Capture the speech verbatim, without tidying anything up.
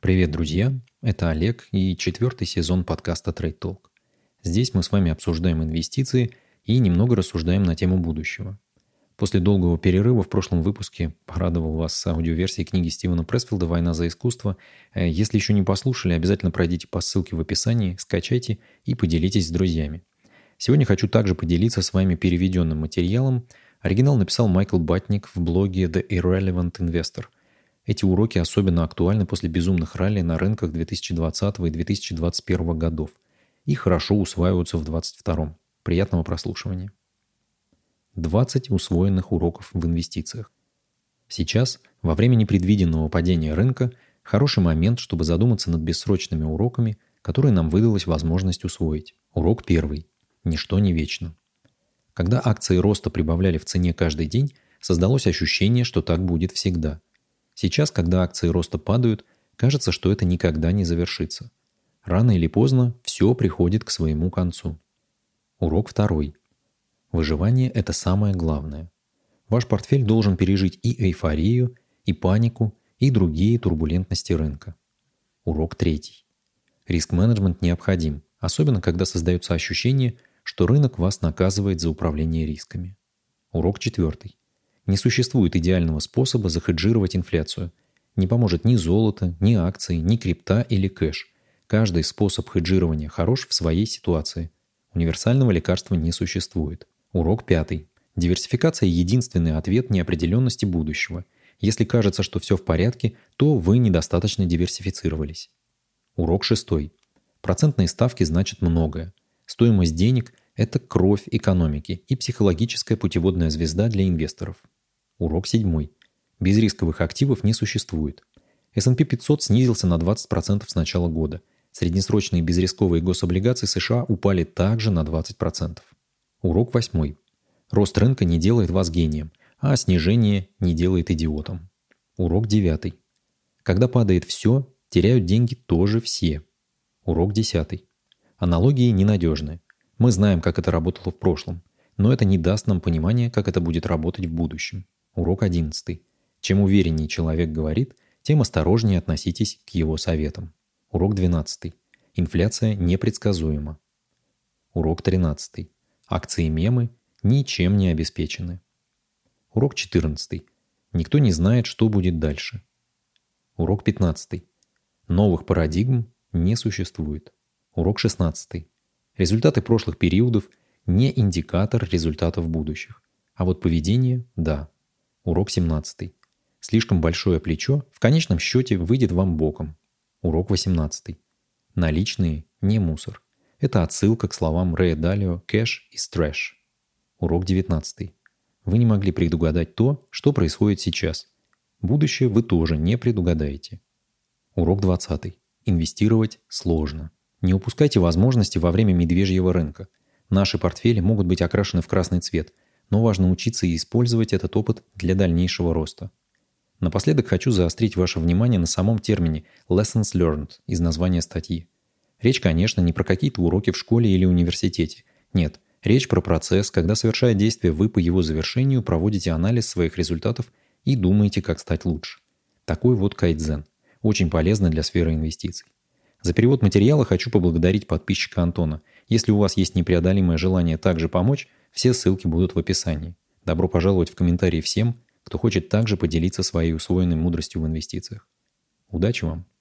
Привет, друзья! Это Олег и четвертый сезон подкаста Trade Talk. Здесь мы с вами обсуждаем инвестиции и немного рассуждаем на тему будущего. После долгого перерыва в прошлом выпуске порадовал вас с аудиоверсией книги Стивена Пресфилда «Война за искусство». Если еще не послушали, обязательно пройдите по ссылке в описании, скачайте и поделитесь с друзьями. Сегодня хочу также поделиться с вами переведенным материалом. Оригинал написал Майкл Батник в блоге The Irrelevant Investor. Эти уроки особенно актуальны после безумных ралли на рынках две тысячи двадцатого и две тысячи двадцать первого годов и хорошо усваиваются в двадцать втором. Приятного прослушивания. двадцать усвоенных уроков в инвестициях. Сейчас, во время непредвиденного падения рынка, хороший момент, чтобы задуматься над бессрочными уроками, которые нам выдалась возможность усвоить. Урок первый. Ничто не вечно. Когда акции роста прибавляли в цене каждый день, создалось ощущение, что так будет всегда. Сейчас, когда акции роста падают, кажется, что это никогда не завершится. Рано или поздно все приходит к своему концу. Урок второй. Выживание – это самое главное. Ваш портфель должен пережить и эйфорию, и панику, и другие турбулентности рынка. Урок третий. Риск-менеджмент необходим, особенно когда создается ощущение, что рынок вас наказывает за управление рисками. Урок четвертый. Не существует идеального способа захеджировать инфляцию. Не поможет ни золото, ни акции, ни крипта или кэш. Каждый способ хеджирования хорош в своей ситуации. Универсального лекарства не существует. Урок пятый. Диверсификация – единственный ответ неопределенности будущего. Если кажется, что все в порядке, то вы недостаточно диверсифицировались. Урок шестой. Процентные ставки значат многое. Стоимость денег – это кровь экономики и психологическая путеводная звезда для инвесторов. Урок седьмой. Безрисковых активов не существует. эс энд пи пятьсот снизился на двадцать процентов с начала года. Среднесрочные безрисковые гособлигации США упали также на двадцать процентов. Урок восьмой. Рост рынка не делает вас гением, а снижение не делает идиотом. Урок девятый. Когда падает все, теряют деньги тоже все. Урок десятый. Аналогии ненадежны. Мы знаем, как это работало в прошлом, но это не даст нам понимания, как это будет работать в будущем. Урок одиннадцатый. Чем увереннее человек говорит, тем осторожнее относитесь к его советам. Урок двенадцатый. Инфляция непредсказуема. Урок тринадцатый. Акции-мемы ничем не обеспечены. Урок четырнадцатый. Никто не знает, что будет дальше. Урок пятнадцатый. Новых парадигм не существует. Урок шестнадцатый. Результаты прошлых периодов не индикатор результатов будущих. А вот поведение – да. Урок семнадцатый. Слишком большое плечо в конечном счете выйдет вам боком. Урок восемнадцатый. Наличные не мусор. Это отсылка к словам Рэя Далио «Cash is trash». Урок девятнадцатый. Вы не могли предугадать то, что происходит сейчас. Будущее вы тоже не предугадаете. Урок двадцатый. Инвестировать сложно. Не упускайте возможности во время медвежьего рынка. Наши портфели могут быть окрашены в красный цвет, но важно учиться и использовать этот опыт для дальнейшего роста. Напоследок хочу заострить ваше внимание на самом термине «lessons learned» из названия статьи. Речь, конечно, не про какие-то уроки в школе или университете. Нет, речь про процесс, когда, совершая действие, вы по его завершению проводите анализ своих результатов и думаете, как стать лучше. Такой вот кайдзен. Очень полезно для сферы инвестиций. За перевод материала хочу поблагодарить подписчика Антона. Если у вас есть непреодолимое желание также помочь, все ссылки будут в описании. Добро пожаловать в комментарии всем, кто хочет также поделиться своей усвоенной мудростью в инвестициях. Удачи вам!